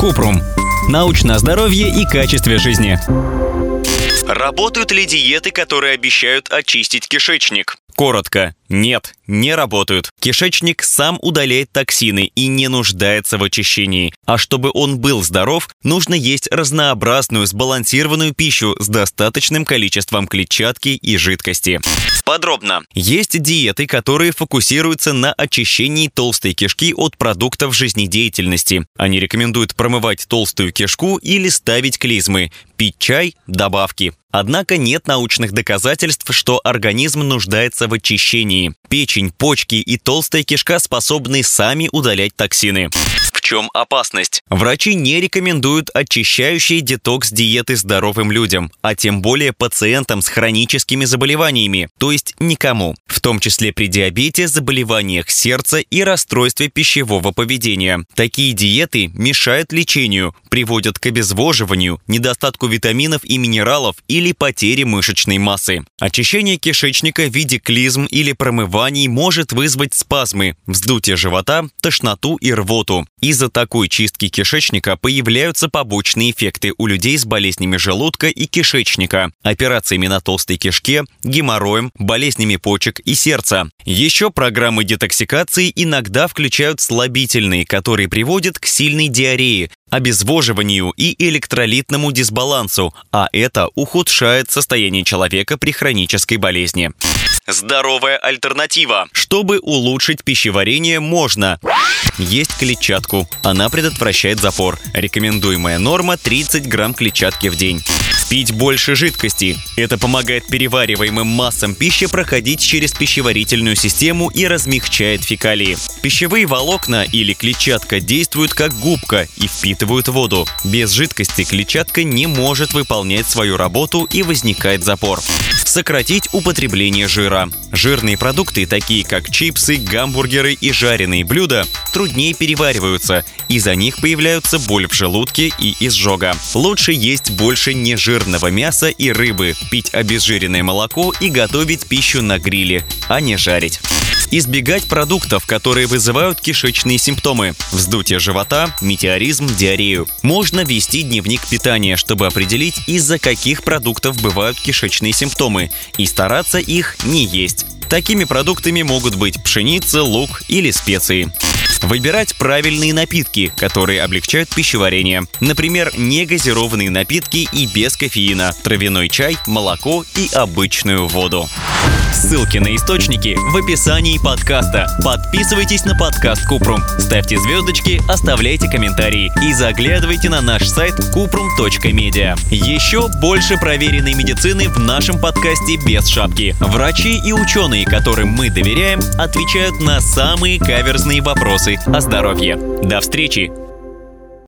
Купрум. Научное здоровье и качестве жизни. Работают ли диеты, которые обещают очистить кишечник? Коротко. Нет, не работают. Кишечник сам удаляет токсины и не нуждается в очищении. А чтобы он был здоров, нужно есть разнообразную, сбалансированную пищу с достаточным количеством клетчатки и жидкости. Подробно. Есть диеты, которые фокусируются на очищении толстой кишки от продуктов жизнедеятельности. Они рекомендуют промывать толстую кишку или ставить клизмы, пить чай, добавки. Однако нет научных доказательств, что организм нуждается в очищении. Печень, почки и толстая кишка способны сами удалять токсины. В чем опасность? Врачи не рекомендуют очищающие детокс-диеты здоровым людям, а тем более пациентам с хроническими заболеваниями, то есть никому, в том числе при диабете, заболеваниях сердца и расстройстве пищевого поведения. Такие диеты мешают лечению, приводят к обезвоживанию, недостатку витаминов и минералов или потере мышечной массы. Очищение кишечника в виде клизм или промываний может вызвать спазмы, вздутие живота, тошноту и рвоту. Из-за такой чистки кишечника появляются побочные эффекты у людей с болезнями желудка и кишечника, операциями на толстой кишке, геморроем, болезнями почек и сердца. Еще программы детоксикации иногда включают слабительные, которые приводят к сильной диарее, обезвоживанию и электролитному дисбалансу, а это ухудшает состояние человека при хронической болезни. Здоровая альтернатива. Чтобы улучшить пищеварение, можно есть клетчатку. Она предотвращает запор. Рекомендуемая норма 30 грамм клетчатки в день. Пить больше жидкости. Это помогает перевариваемым массам пищи проходить через пищеварительную систему и размягчает фекалии. Пищевые волокна или клетчатка действуют как губка и впитывают воду. Без жидкости клетчатка не может выполнять свою работу и возникает запор. Сократить употребление жира. Жирные продукты, такие как чипсы, гамбургеры и жареные блюда, труднее перевариваются. Из-за них появляются боль в желудке и изжога. Лучше есть больше нежирного мяса и рыбы, пить обезжиренное молоко и готовить пищу на гриле, а не жарить. Избегать продуктов, которые вызывают кишечные симптомы – вздутие живота, метеоризм, диарею. Можно вести дневник питания, чтобы определить, из-за каких продуктов бывают кишечные симптомы, и стараться их не есть. Такими продуктами могут быть пшеница, лук или специи. Выбирать правильные напитки, которые облегчают пищеварение. Например, негазированные напитки и без кофеина, травяной чай, молоко и обычную воду. Ссылки на источники в описании подкаста. Подписывайтесь на подкаст Купрум, ставьте звездочки, оставляйте комментарии и заглядывайте на наш сайт kuprum.media. Еще больше проверенной медицины в нашем подкасте без шапки. Врачи и ученые, которым мы доверяем, отвечают на самые каверзные вопросы о здоровье. До встречи!